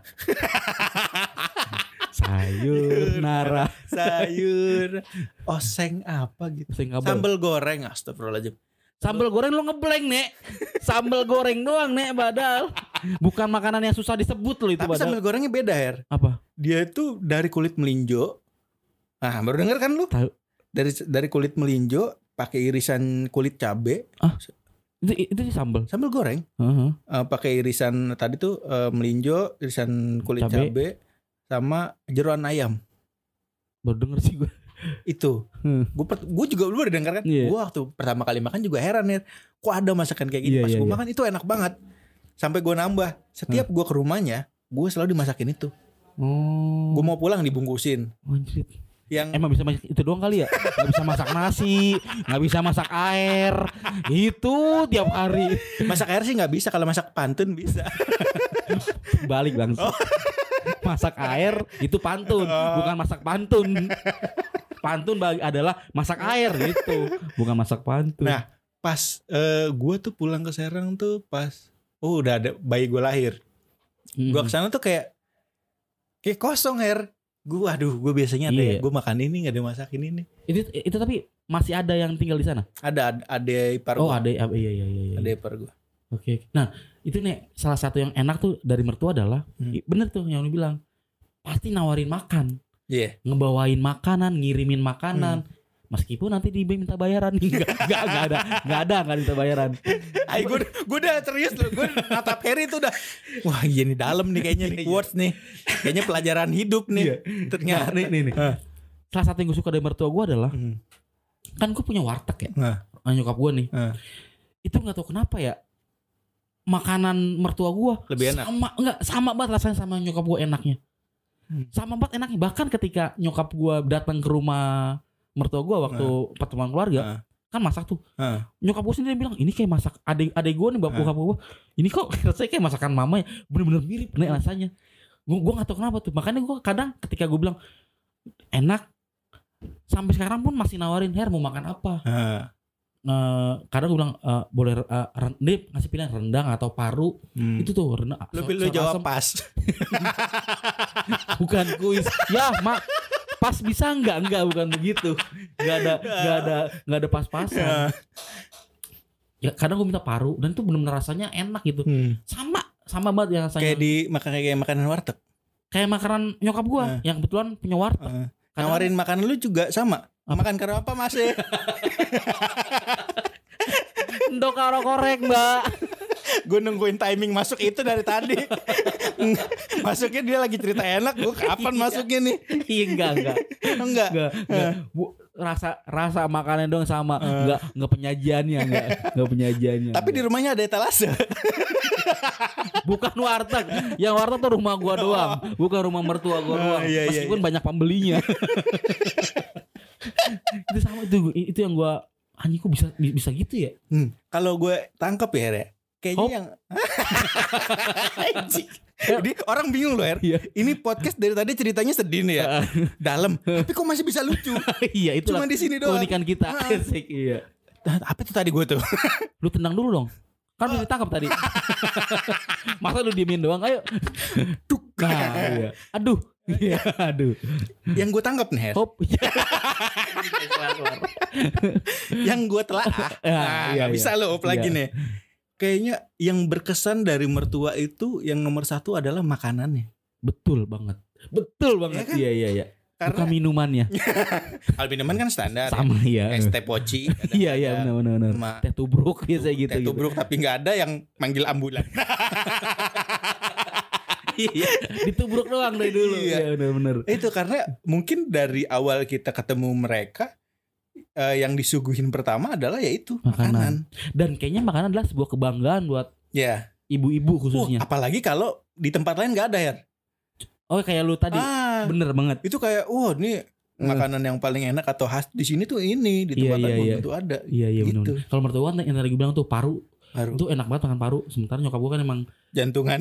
[SPEAKER 2] Sayur nara.
[SPEAKER 1] Sayur oseng apa gitu. Sambal goreng, astagfirullahaladzim.
[SPEAKER 2] Sambal goreng lo ngeblank nek. Sambal goreng doang nek badal. Bukan makanan yang susah disebut lo itu.
[SPEAKER 1] Tapi
[SPEAKER 2] badal.
[SPEAKER 1] sambal gorengnya beda
[SPEAKER 2] Apa?
[SPEAKER 1] Dia itu dari kulit melinjo. Nah baru denger kan lu?
[SPEAKER 2] Tahu.
[SPEAKER 1] Dari kulit melinjo pakai irisan kulit cabe.
[SPEAKER 2] Itu sambal
[SPEAKER 1] goreng. Pakai irisan tadi tuh melinjo, irisan kulit cabe sama jeroan ayam.
[SPEAKER 2] Baru denger sih gue.
[SPEAKER 1] Itu. Gue juga lu udah denger kan? Gue waktu pertama kali makan juga heran nih. Kok ada masakan kayak gini? Pas gue makan itu enak banget. Sampai gue nambah. Setiap gue ke rumahnya, gue selalu dimasakin itu. Gue mau pulang dibungkusin.
[SPEAKER 2] Anjir.
[SPEAKER 1] Yang
[SPEAKER 2] emang bisa masak itu doang kali ya? Gak bisa masak nasi, gak bisa masak air, itu tiap hari.
[SPEAKER 1] Masak air sih gak bisa, kalau masak pantun bisa.
[SPEAKER 2] Balik bang. Masak air itu pantun, bukan masak pantun. Pantun adalah masak air gitu, bukan masak pantun.
[SPEAKER 1] Nah pas gue tuh pulang ke Serang tuh pas udah ada bayi gue lahir. Gue kesana tuh kayak kosong gue biasanya ada gue makan ini nggak ada masakin ini.
[SPEAKER 2] Itu tapi masih ada yang tinggal di sana.
[SPEAKER 1] Ada ipar gue.
[SPEAKER 2] Iya.
[SPEAKER 1] Ada ipar gue.
[SPEAKER 2] Oke. Nah itu nih salah satu yang enak tuh dari mertua adalah bener tuh yang lu bilang, pasti nawarin makan, ngebawain makanan, ngirimin makanan. Meskipun nanti minta bayaran. Nggak ada minta bayaran.
[SPEAKER 1] Ay, gue udah serius loh. Gue natap Harry tuh udah, wah ini dalam nih kayaknya nih quotes nih. Kayaknya pelajaran hidup nih. Ternyata
[SPEAKER 2] nih. Salah satu yang gue suka dari mertua gue adalah, kan gue punya warteg ya. Nyokap gue nih. Itu nggak tahu kenapa ya, makanan mertua gue
[SPEAKER 1] lebih enak.
[SPEAKER 2] Sama banget rasanya sama nyokap gue enaknya. Sama banget enaknya. Bahkan ketika nyokap gue datang ke rumah mertua gue waktu pertemuan keluarga, kan masak tuh. Nyokap gue sendiri bilang, ini kayak masak adik gue nih, bokap gue. Ini kok rasanya kayak masakan mama ya. Bener-bener mirip nih rasanya. Gue gak tahu kenapa tuh. Makanya gue kadang ketika gue bilang enak, sampai sekarang pun masih nawarin, Her mau makan apa? Kadang gue bilang boleh dia ngasih pilihan rendang atau paru. Itu tuh rendang.
[SPEAKER 1] Lu jawab pas.
[SPEAKER 2] Bukan kuis. Ya mak, pas bisa enggak bukan begitu. Enggak ada pas-pasan. Ya kadang gue minta paru dan itu benar-benar rasanya enak gitu. Sama banget yang rasanya.
[SPEAKER 1] Kayak makanan warteg.
[SPEAKER 2] Kayak makanan nyokap gue yang kebetulan punya warteg.
[SPEAKER 1] Nawarin makanan lu juga sama. Makan karo apa Mas?
[SPEAKER 2] Ndok karo korek, Mbak.
[SPEAKER 1] Gue nungguin timing masuk itu dari tadi. Masuknya dia lagi cerita enak, gue kapan masuknya nih?
[SPEAKER 2] Iya enggak. Rasa makanan dong sama, enggak penyajiannya, enggak penyajiannya.
[SPEAKER 1] Tapi di rumahnya ada etalase.
[SPEAKER 2] Bukan warteg. Yang warteg tuh rumah gua doang, bukan rumah mertua gua doang. Meskipun banyak pembelinya. Itu sama itu yang gua, anjing kok bisa gitu ya.
[SPEAKER 1] Kalau gue tangkap ya, kayaknya yang jadi orang bingung loh
[SPEAKER 2] Iya.
[SPEAKER 1] ini podcast dari tadi ceritanya sedih nih ya dalam tapi kok masih bisa lucu.
[SPEAKER 2] Iya itu
[SPEAKER 1] cuma di sini doang
[SPEAKER 2] keunikan kita. Asik, iya.
[SPEAKER 1] Apa itu tadi gue tuh
[SPEAKER 2] Lu tenang dulu dong. Kan udah ditangkap tadi. Masa lu diemin doang? Ayo. Duk. Nah, iya. Aduh. Iya, aduh.
[SPEAKER 1] Yang gue tangkap nih,
[SPEAKER 2] Hop.
[SPEAKER 1] yang gue telaah.
[SPEAKER 2] Iya,
[SPEAKER 1] bisa lo op lagi nih. Kayaknya yang berkesan dari mertua itu yang nomor satu adalah makanannya.
[SPEAKER 2] Betul banget. Betul banget.
[SPEAKER 1] Ya kan?
[SPEAKER 2] Iya.
[SPEAKER 1] Karena
[SPEAKER 2] bukan minumannya.
[SPEAKER 1] Kalau minuman kan standar.
[SPEAKER 2] Sama ya.
[SPEAKER 1] Es teh poci.
[SPEAKER 2] Iya benar. Teh tubruk biasa gitu.
[SPEAKER 1] Teh tubruk tapi nggak ada yang manggil ambulan.
[SPEAKER 2] Iya, ditubruk doang dari dulu. Iya benar.
[SPEAKER 1] Itu karena mungkin dari awal kita ketemu mereka yang disuguhin pertama adalah yaitu makanan.
[SPEAKER 2] Dan kayaknya makanan adalah sebuah kebanggaan buat ibu-ibu khususnya.
[SPEAKER 1] Apalagi kalau di tempat lain nggak ada ya.
[SPEAKER 2] Oh kayak lu tadi, bener banget.
[SPEAKER 1] Itu kayak, ini makanan yang paling enak atau khas di sini tuh ini di tempat lain belum tentu ada.
[SPEAKER 2] Iya gitu. Benar. Kalau mertua kan yang tadi gue bilang tuh paru. Itu enak banget makan paru. Sementara nyokap gue kan emang
[SPEAKER 1] jantungan.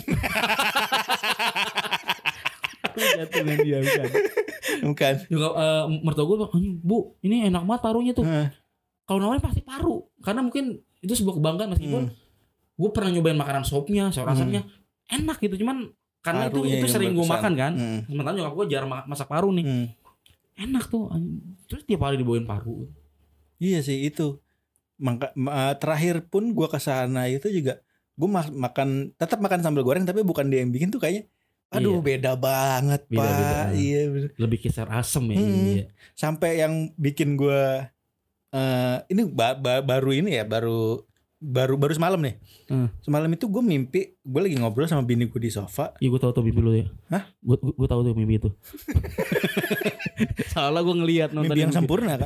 [SPEAKER 2] Jantungan dia
[SPEAKER 1] bukan.
[SPEAKER 2] Nyokap mertua gue bilang, Bu, ini enak banget parunya tuh. Kalau namanya pasti paru, karena mungkin itu sebuah kebanggaan meskipun gue pernah nyobain makanan sopnya, rasanya enak gitu, cuman karena itu sering gue makan kan. Sementara nyokap gue jarang masak paru nih. Enak tuh. Terus tiap hari dibawain paru.
[SPEAKER 1] Iya sih itu. Terakhir pun gue kesana itu juga gue tetap makan sambal goreng tapi bukan dia yang bikin tuh kayaknya. Aduh beda banget Pak. Iya bener.
[SPEAKER 2] Lebih kisar asem ya. Iya.
[SPEAKER 1] Sampai yang bikin gue ini baru ini ya baru semalam nih. Semalam itu gue mimpi gue lagi ngobrol sama bini gue di sofa.
[SPEAKER 2] Iya gue tahu tuh mimpi lu ya. Hah? Gue tahu tuh mimpi itu. Salah gue ngelihat nonton
[SPEAKER 1] mimpi yang sempurna kan.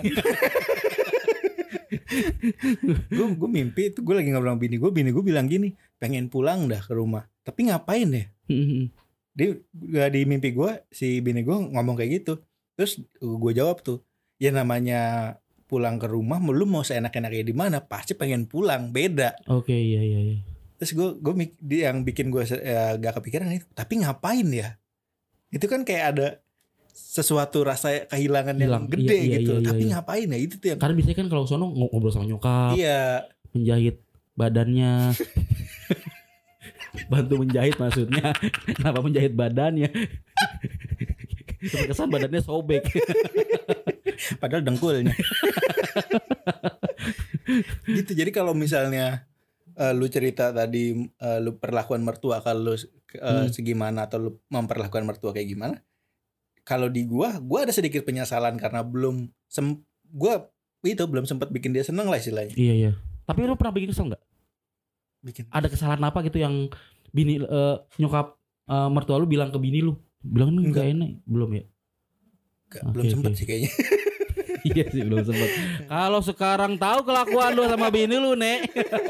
[SPEAKER 1] Gue mimpi itu gue lagi ngobrol sama bini gue bilang gini, pengen pulang dah ke rumah. Tapi ngapain ya? Di mimpi gue si bini gue ngomong kayak gitu. Terus gue jawab tuh, ya namanya pulang ke rumah, lu mau seenak-enaknya di mana? Pasti pengen pulang, beda.
[SPEAKER 2] Oke, iya.
[SPEAKER 1] Terus gue yang bikin gue gak kepikiran itu. Tapi ngapain ya? Itu kan kayak ada sesuatu rasa kehilangan yang gede gitu. Tapi ngapain ya? Itu tuh yang.
[SPEAKER 2] Karena biasanya kan kalau sono ngobrol sama nyokap.
[SPEAKER 1] Iya.
[SPEAKER 2] Menjahit badannya. Bantu menjahit maksudnya. Kenapa menjahit badannya? Terkesan badannya sobek.
[SPEAKER 1] Padahal dengkulnya. Gitu. Jadi kalau misalnya lu cerita tadi lu perlakuan mertua kalau segimana atau lu memperlakukan mertua kayak gimana? Kalau di gua ada sedikit penyesalan karena belum sempat bikin dia seneng lah istilahnya.
[SPEAKER 2] Iya. Tapi lu pernah bikin kesel nggak? Ada kesalahan apa gitu yang bini nyokap mertua lu bilang ke bini lu? Bilang enggak enak, belum ya?
[SPEAKER 1] Belum sempet sih kayaknya.
[SPEAKER 2] Iya sih belum sempet. Kalau sekarang tahu kelakuan lu sama bini lu, Nek.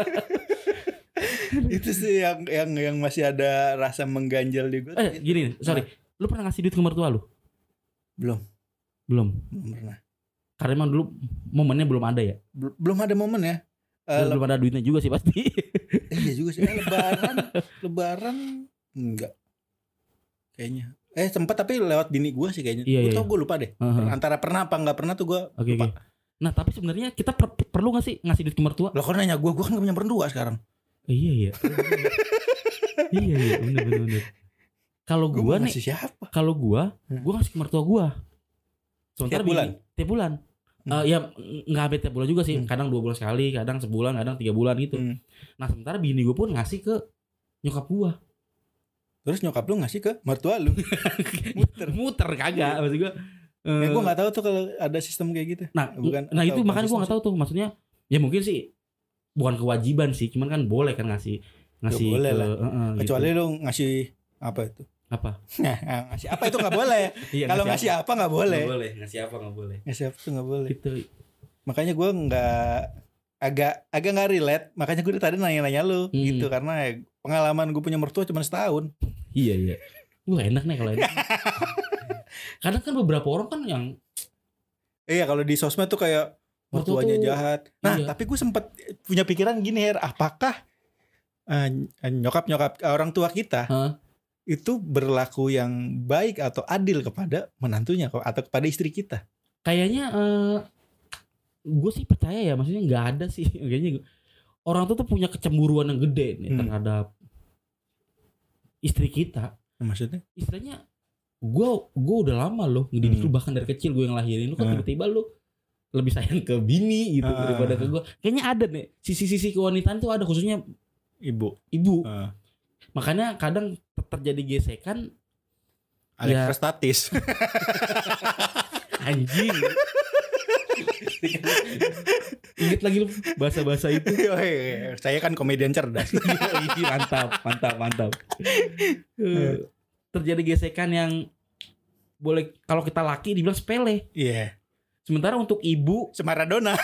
[SPEAKER 1] Itu sih yang masih ada rasa mengganjal di gue.
[SPEAKER 2] Gini, sorry. Lu pernah ngasih duit ke mertua lu?
[SPEAKER 1] Belum pernah. Karena
[SPEAKER 2] emang dulu momennya belum ada ya?
[SPEAKER 1] Belum ada momen ya.
[SPEAKER 2] Belum ada duitnya juga sih pasti.
[SPEAKER 1] Iya juga sih. Lebaran enggak. Kayaknya. Sempat tapi lewat bini gue sih kayaknya. Gue lupa deh. Antara pernah apa enggak pernah tuh gue lupa. Okay.
[SPEAKER 2] Nah tapi sebenarnya kita perlu gak sih ngasih duit ke mertua?
[SPEAKER 1] Loh kok nanya gue kan gak punya mertua sekarang.
[SPEAKER 2] Iya. Iya bener. Kalau gue nih, kalau gue ngasih ke mertua gue.
[SPEAKER 1] Tiap bulan?
[SPEAKER 2] Tiap bulan. Ya nggak habis tiap bulan juga sih. Kadang 2 bulan sekali, kadang sebulan, kadang 3 bulan gitu. Nah sementara bini gue pun ngasih ke nyokap gue.
[SPEAKER 1] Terus nyokap lu ngasih ke mertua lu?
[SPEAKER 2] Muter kagak maksud gue.
[SPEAKER 1] Gue nggak tahu tuh kalau ada sistem kayak gitu.
[SPEAKER 2] Nah itu makanya gue nggak tahu tuh. Maksudnya ya mungkin sih bukan kewajiban sih, cuman kan boleh kan ngasih
[SPEAKER 1] boleh
[SPEAKER 2] ke,
[SPEAKER 1] lah. Kecuali gitu. Lu ngasih apa itu?
[SPEAKER 2] Apa?
[SPEAKER 1] Ngasih apa itu nggak boleh. Kalau ngasih apa nggak boleh.
[SPEAKER 2] Nggak boleh. Ngasih apa nggak boleh.
[SPEAKER 1] Ngasih apa tuh nggak boleh.
[SPEAKER 2] Gitu.
[SPEAKER 1] Makanya gue agak nggak relate. Makanya gue tadi nanya-nanya lu gitu karena pengalaman gue punya mertua cuma setahun.
[SPEAKER 2] Iya. Wah enak nih kalau enak. Kadang kan beberapa orang kan yang
[SPEAKER 1] kalau di sosmed tuh kayak mertuanya jahat. Nah tapi gue sempat punya pikiran gini apakah nyokap orang tua kita itu berlaku yang baik atau adil kepada menantunya atau kepada istri kita.
[SPEAKER 2] Kayaknya gue sih percaya ya, maksudnya nggak ada sih kayaknya orang tuh punya kecemburuan yang gede nih terhadap istri kita.
[SPEAKER 1] Maksudnya?
[SPEAKER 2] Istilahnya gue udah lama loh ngedidik lu, bahkan dari kecil gue yang lahirin lu kan, tiba-tiba lu lebih sayang ke bini gitu daripada ke gue. Kayaknya ada nih sisi-sisi kewanitaan tuh ada, khususnya ibu. Makanya kadang terjadi gesekan.
[SPEAKER 1] Prestatis.
[SPEAKER 2] Anjing. Ingat lagi lu bahasa-bahasa itu.
[SPEAKER 1] Saya kan komedian cerdas.
[SPEAKER 2] Mantap. Terjadi gesekan yang boleh kalau kita laki dibilang sepele.
[SPEAKER 1] Iya.
[SPEAKER 2] Sementara untuk ibu
[SPEAKER 1] Maradona.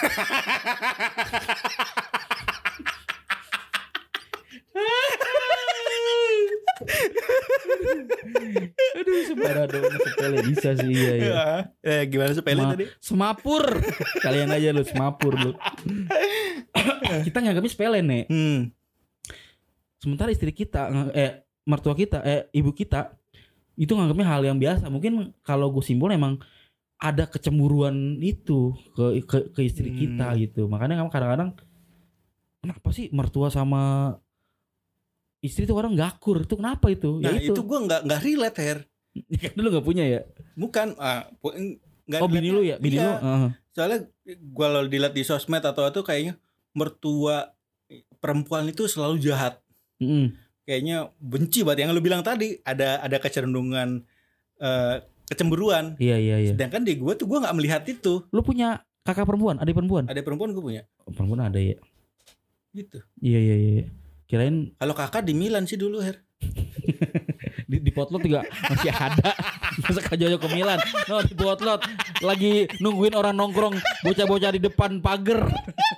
[SPEAKER 2] Aduh, Maradona sepele bisa sih ya.
[SPEAKER 1] Gimana sepele tadi?
[SPEAKER 2] Semapur. Kalian aja lu semapur lu. Kita nganggapnya sepele nih. Sementara istri kita mertua kita ibu kita itu nganggapnya hal yang biasa. Mungkin kalau gue simpul emang ada kecemburuan itu ke istri kita gitu. Makanya kadang-kadang kenapa sih mertua sama istri itu orang gak akur? Itu kenapa itu?
[SPEAKER 1] Nah itu gue gak relate Her.
[SPEAKER 2] Kan dulu gak punya ya?
[SPEAKER 1] Bukan
[SPEAKER 2] bini lu ya? Bini lu?
[SPEAKER 1] Soalnya gue kalau dilihat di sosmed atau itu kayaknya mertua perempuan itu selalu jahat. Kayaknya benci banget. Yang lu bilang tadi ada kecenderungan kecemburuan.
[SPEAKER 2] Iya.
[SPEAKER 1] Sedangkan di gue tuh gue gak melihat itu.
[SPEAKER 2] Lu punya kakak perempuan? Adik perempuan?
[SPEAKER 1] Adik perempuan gue punya.
[SPEAKER 2] Perempuan ada ya?
[SPEAKER 1] Gitu.
[SPEAKER 2] Iya. Kirain
[SPEAKER 1] kalau kakak di Milan sih dulu Her.
[SPEAKER 2] di potlot juga masih ada. Masa Jojo ke Milan? No, di potlot lagi nungguin orang nongkrong bocah-bocah di depan pagar.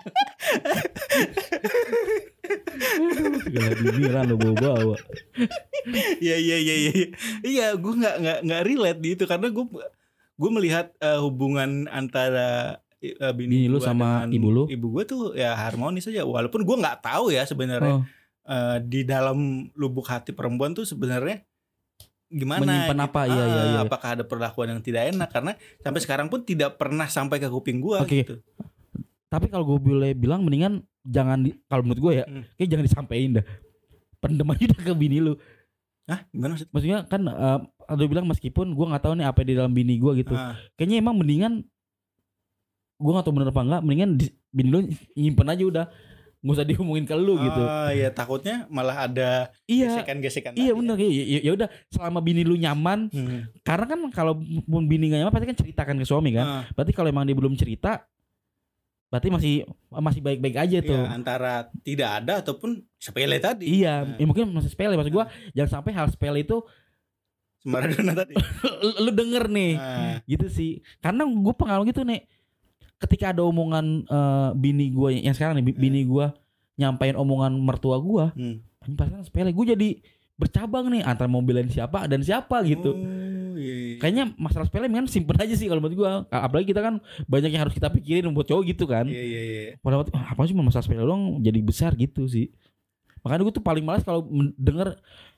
[SPEAKER 2] Gak di Milan lo bawa.
[SPEAKER 1] Iya. Iya, gue nggak relate di itu karena gue melihat hubungan antara bini
[SPEAKER 2] lu sama ibu
[SPEAKER 1] gue tuh ya harmonis aja, walaupun gue nggak tahu ya sebenarnya di dalam lubuk hati perempuan tuh sebenarnya gimana
[SPEAKER 2] menyimpan
[SPEAKER 1] gitu.
[SPEAKER 2] Apa iya.
[SPEAKER 1] Apakah ada perlakuan yang tidak enak, karena sampai sekarang pun tidak pernah sampai ke kuping gue gitu.
[SPEAKER 2] Tapi kalau gue boleh bilang mendingan jangan kalau menurut gue ya kayak jangan disampaikan dah, pendem aja udah ke bini lu.
[SPEAKER 1] Gimana
[SPEAKER 2] maksudnya kan ada bilang meskipun gue nggak tahu nih apa di dalam bini gue gitu, kayaknya emang mendingan, gue gak tahu bener apa enggak, mendingan bini lu nyimpen aja udah, gak usah diomongin ke lu gitu.
[SPEAKER 1] Ya takutnya malah ada gesekan-gesekan.
[SPEAKER 2] Iya bener, ya udah selama bini lu nyaman. Karena kan kalau pun bini gak nyaman pasti kan ceritakan ke suami kan. Berarti kalau emang dia belum cerita, berarti masih baik-baik aja tuh.
[SPEAKER 1] Iya, antara tidak ada ataupun sepele tadi.
[SPEAKER 2] Iya, mungkin masih sepele. Maksud gue jangan sampai hal sepele itu
[SPEAKER 1] Maradona tadi
[SPEAKER 2] lu denger nih gitu sih. Karena gue pengalaman gitu nih, ketika ada omongan bini gue yang sekarang nih, bini gue nyampein omongan mertua gue, pasangan sepele, gue jadi bercabang nih antara mau belain siapa dan siapa gitu.
[SPEAKER 1] Iya.
[SPEAKER 2] Kayaknya masalah sepele kan simpen aja sih kalau menurut gue. Apalagi kita kan banyak yang harus kita pikirin buat cowok gitu kan.
[SPEAKER 1] Iya.
[SPEAKER 2] Padahal apa sih masalah sepele doang jadi besar gitu sih. Makanya gue tuh paling malas kalau denger,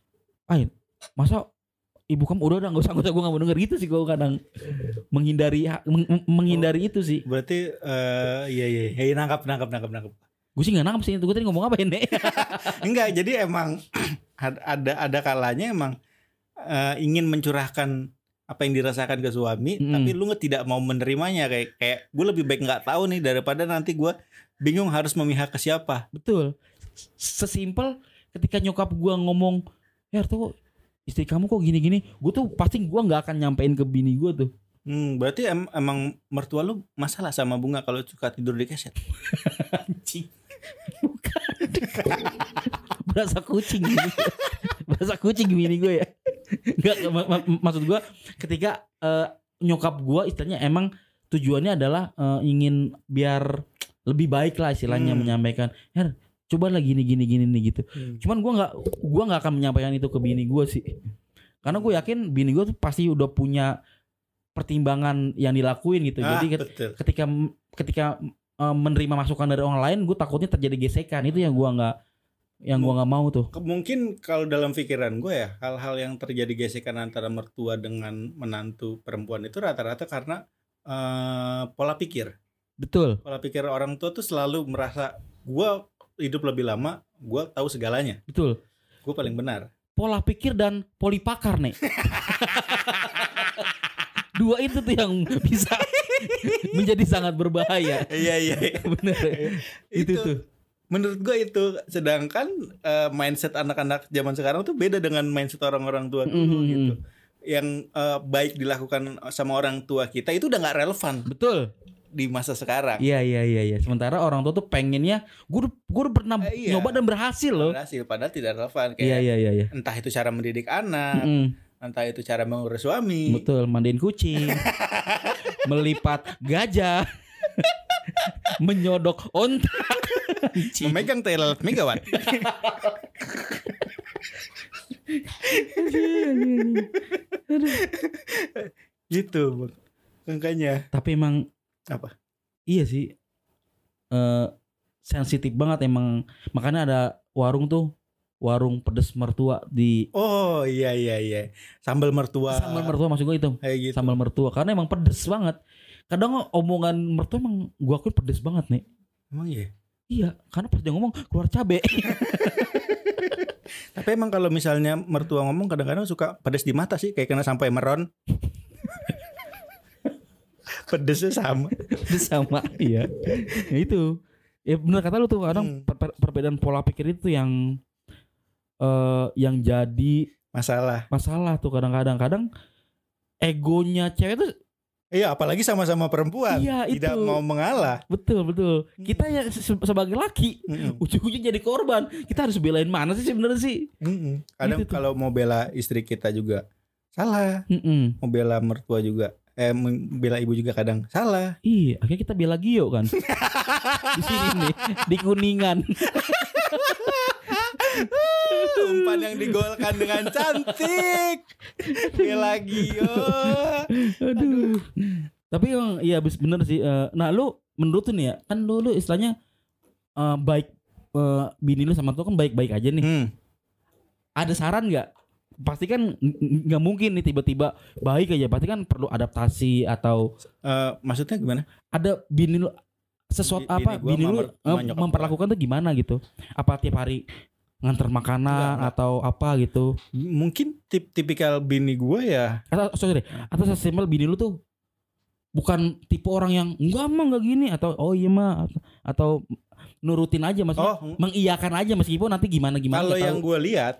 [SPEAKER 2] masa ibu kamu udah nggak usah, gue nggak mau denger gitu sih. Gue kadang menghindari itu sih.
[SPEAKER 1] Berarti iya nangkap.
[SPEAKER 2] Gue sih nggak nangkap sih. Gue tadi ngomong apa ini?
[SPEAKER 1] Enggak, jadi emang ada kalanya emang ingin mencurahkan apa yang dirasakan ke suami, tapi lu tidak mau menerimanya, kayak gue lebih baik nggak tahu nih daripada nanti gue bingung harus memihak ke siapa.
[SPEAKER 2] Betul. Sesimpel ketika nyokap gue ngomong, tuh istri kamu kok gini-gini, gue tuh pasti gue nggak akan nyampein ke bini gue tuh.
[SPEAKER 1] Berarti emang mertua lu masalah sama Bunga kalau suka tidur di keset?
[SPEAKER 2] Anjing. Bukan. Berasa kucing bini gue ya. Enggak, maksud gue ketika nyokap gue istilahnya emang tujuannya adalah ingin biar lebih baik lah istilahnya, menyampaikan, coba lah gini nih gitu. Cuman gue nggak akan menyampaikan itu ke bini gue sih, karena gue yakin bini gue tuh pasti udah punya pertimbangan yang dilakuin gitu. Jadi ketika menerima masukan dari orang lain, gue takutnya terjadi gesekan. Itu yang gue nggak yang gue nggak mau tuh.
[SPEAKER 1] Mungkin kalau dalam pikiran gue ya, hal-hal yang terjadi gesekan antara mertua dengan menantu perempuan itu rata-rata karena pola pikir.
[SPEAKER 2] Betul.
[SPEAKER 1] Pola pikir orang tua tuh selalu merasa gue hidup lebih lama, gue tahu segalanya.
[SPEAKER 2] Betul.
[SPEAKER 1] Gue paling benar.
[SPEAKER 2] Pola pikir dan polipakar nih. Dua itu tuh yang bisa menjadi sangat berbahaya.
[SPEAKER 1] Iya.
[SPEAKER 2] Bener. Itu tuh.
[SPEAKER 1] Menurut gue itu. Sedangkan mindset anak-anak zaman sekarang tuh beda dengan mindset orang-orang tua dulu gitu. Yang baik dilakukan sama orang tua kita itu udah gak relevan.
[SPEAKER 2] Betul.
[SPEAKER 1] Di masa sekarang.
[SPEAKER 2] Iya. Sementara orang tua tuh pengennya gue udah pernah nyoba dan berhasil loh.
[SPEAKER 1] Berhasil padahal tidak relevan.
[SPEAKER 2] Kayak iya.
[SPEAKER 1] Entah itu cara mendidik anak, entah itu cara mengurus suami.
[SPEAKER 2] Betul, mandiin kucing, melipat gajah, menyodok onta,
[SPEAKER 1] memegang tel megawatt. Gitu makanya.
[SPEAKER 2] Tapi emang
[SPEAKER 1] apa?
[SPEAKER 2] Iya sih, sensitif banget emang. Makanya ada warung pedes mertua di.
[SPEAKER 1] Oh iya. Sambal mertua
[SPEAKER 2] maksud gue itu.
[SPEAKER 1] Gitu.
[SPEAKER 2] Sambal mertua karena emang pedes banget. Kadang omongan mertua emang gue akuin pedes banget nih.
[SPEAKER 1] Emang iya?
[SPEAKER 2] Iya, karena pas dia ngomong keluar cabe.
[SPEAKER 1] Tapi emang kalau misalnya mertua ngomong kadang-kadang suka pedes di mata sih, kayak kena sampai meron. Pedesnya sama.
[SPEAKER 2] Iya. Ya itu. Ya benar kata lu tuh, kadang perbedaan pola pikir itu yang jadi masalah tuh kadang egonya cewek tuh.
[SPEAKER 1] Iya, apalagi sama-sama perempuan.
[SPEAKER 2] Iya,
[SPEAKER 1] tidak mau mengalah.
[SPEAKER 2] Betul. Kita ya sebagai laki ujung-ujungnya jadi korban. Kita harus belain mana sih sebenarnya sih?
[SPEAKER 1] Kadang gitu kalau mau bela istri kita juga salah. Mau bela mertua juga bela ibu juga kadang salah.
[SPEAKER 2] Iya, akhirnya kita bela Gio kan. Di sini nih, di Kuningan.
[SPEAKER 1] Umpan yang digolkan dengan cantik. Bela Gio.
[SPEAKER 2] Aduh. Tapi yang iya bener sih. Nah lu menurut tuh nih ya, kan lu istilahnya baik bini lu sama tuh kan baik-baik aja nih. Ada saran nggak? Pasti kan nggak mungkin nih tiba-tiba baik aja. Pasti kan perlu adaptasi atau
[SPEAKER 1] maksudnya gimana?
[SPEAKER 2] Ada bini lu sesuatu apa? Bini lu memperlakukan tuh gimana gitu? Apa tiap hari nganter makanan atau apa gitu?
[SPEAKER 1] Mungkin tipikal bini gue ya.
[SPEAKER 2] Atau sesimpel bini lu tuh bukan tipe orang yang enggak gini atau oh iya mah atau nurutin aja maksudnya mengiyakan aja meskipun nanti gimana.
[SPEAKER 1] Kalau yang gue lihat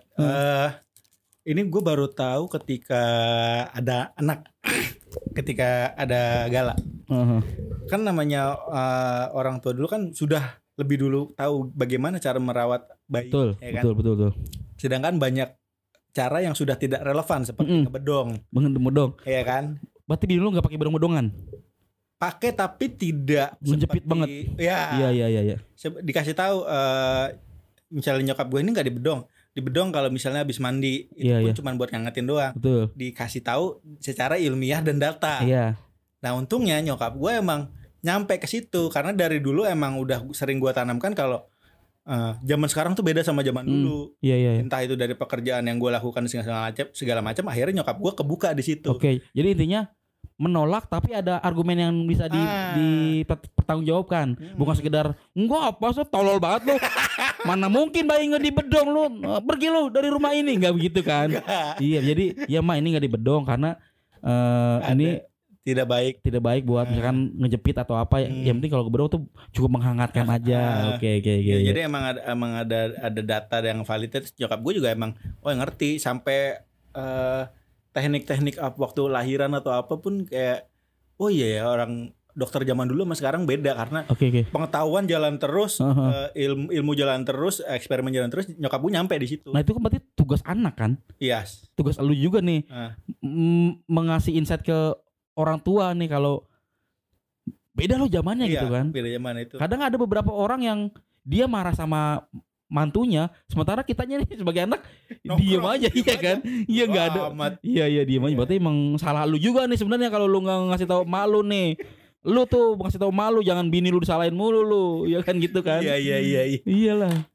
[SPEAKER 1] ini gue baru tahu ketika ada anak, ketika ada Gala. Kan namanya orang tua dulu kan sudah lebih dulu tahu bagaimana cara merawat bayi.
[SPEAKER 2] Betul,
[SPEAKER 1] ya kan?
[SPEAKER 2] betul.
[SPEAKER 1] Sedangkan banyak cara yang sudah tidak relevan seperti ngebedong.
[SPEAKER 2] Bedong.
[SPEAKER 1] Iya kan?
[SPEAKER 2] Berarti bini lu enggak pakai bedong-bedongan?
[SPEAKER 1] Pakai tapi tidak
[SPEAKER 2] menjepit banget.
[SPEAKER 1] Ya.
[SPEAKER 2] Iya.
[SPEAKER 1] Dikasih tahu misalnya nyokap gue ini enggak dibedong kalau misalnya habis mandi itu pun cuma buat ngangetin doang.
[SPEAKER 2] Betul.
[SPEAKER 1] Dikasih tahu secara ilmiah dan data.
[SPEAKER 2] Iya.
[SPEAKER 1] Nah, untungnya nyokap gue emang nyampe ke situ karena dari dulu emang udah sering gue tanamkan kalau zaman sekarang tuh beda sama zaman dulu.
[SPEAKER 2] Iya.
[SPEAKER 1] Entah itu dari pekerjaan yang gue lakukan segala macam akhirnya nyokap gue kebuka di situ.
[SPEAKER 2] Oke. Jadi intinya menolak tapi ada argumen yang bisa dipertanggungjawabkan. Bukan sekedar enggak apa sih tolol banget lu. Mana mungkin bayi nggak dibedong lu. Pergi lu dari rumah ini. Enggak begitu kan? Iya, jadi ya mah ini nggak dibedong karena ini
[SPEAKER 1] tidak
[SPEAKER 2] baik buat misalkan ngejepit atau apa. Yang penting kalau kebedong tuh cukup menghangatkan aja. Oke.
[SPEAKER 1] Ya, jadi emang ada data yang valid. Nyokap gue juga emang ngerti sampai teknik-teknik waktu lahiran atau apapun kayak iya ya orang dokter zaman dulu sama sekarang beda karena pengetahuan jalan terus, ilmu jalan terus, eksperimen jalan terus, nyokap gue nyampe di situ.
[SPEAKER 2] Nah itu kan berarti tugas anak kan?
[SPEAKER 1] Iya.
[SPEAKER 2] Tugas lu juga nih mengasih insight ke orang tua nih kalau beda lo zamannya gitu kan?
[SPEAKER 1] Beda zaman itu.
[SPEAKER 2] Kadang ada beberapa orang yang dia marah sama mantunya, sementara kitanya nih sebagai anak diem aja, iya kan? Iya nggak ada. Iya diem aja. Berarti emang salah lu juga nih sebenarnya kalau lu nggak ngasih tahu malu nih. Lu tuh ngasih tahu malu, jangan bini lu disalahin mulu lu, ya kan gitu kan?
[SPEAKER 1] Iya.
[SPEAKER 2] Iyalah.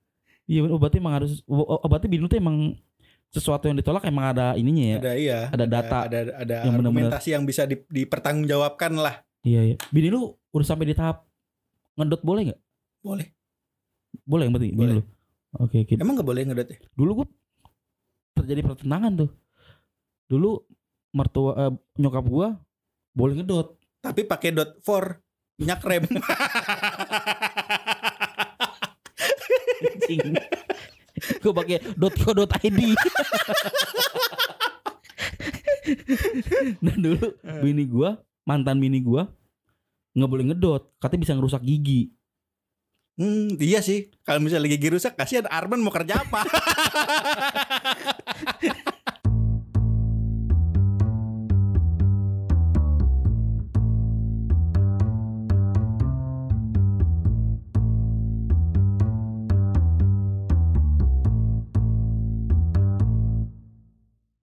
[SPEAKER 2] Iya, berarti emang harus, berarti bini lu tuh emang sesuatu yang ditolak emang ada ininya ya. Ada data,
[SPEAKER 1] ada yang argumentasi yang bisa dipertanggungjawabkan lah.
[SPEAKER 2] Iya. Bini lu udah sampai di tahap ngedot boleh nggak? Boleh yang berarti bini lu. Oke.
[SPEAKER 1] Emang nggak boleh ngedot ya?
[SPEAKER 2] Dulu gue terjadi pertentangan tuh. Dulu mertua nyokap gue boleh ngedot.
[SPEAKER 1] Tapi pakai dot for minyak rem.
[SPEAKER 2] Gue pakai .co.id. Nah dulu mantan bini gue nggak boleh ngedot, katanya bisa ngerusak gigi.
[SPEAKER 1] Iya sih, kalau misalnya gigi rusak kasihan Arman mau kerja apa?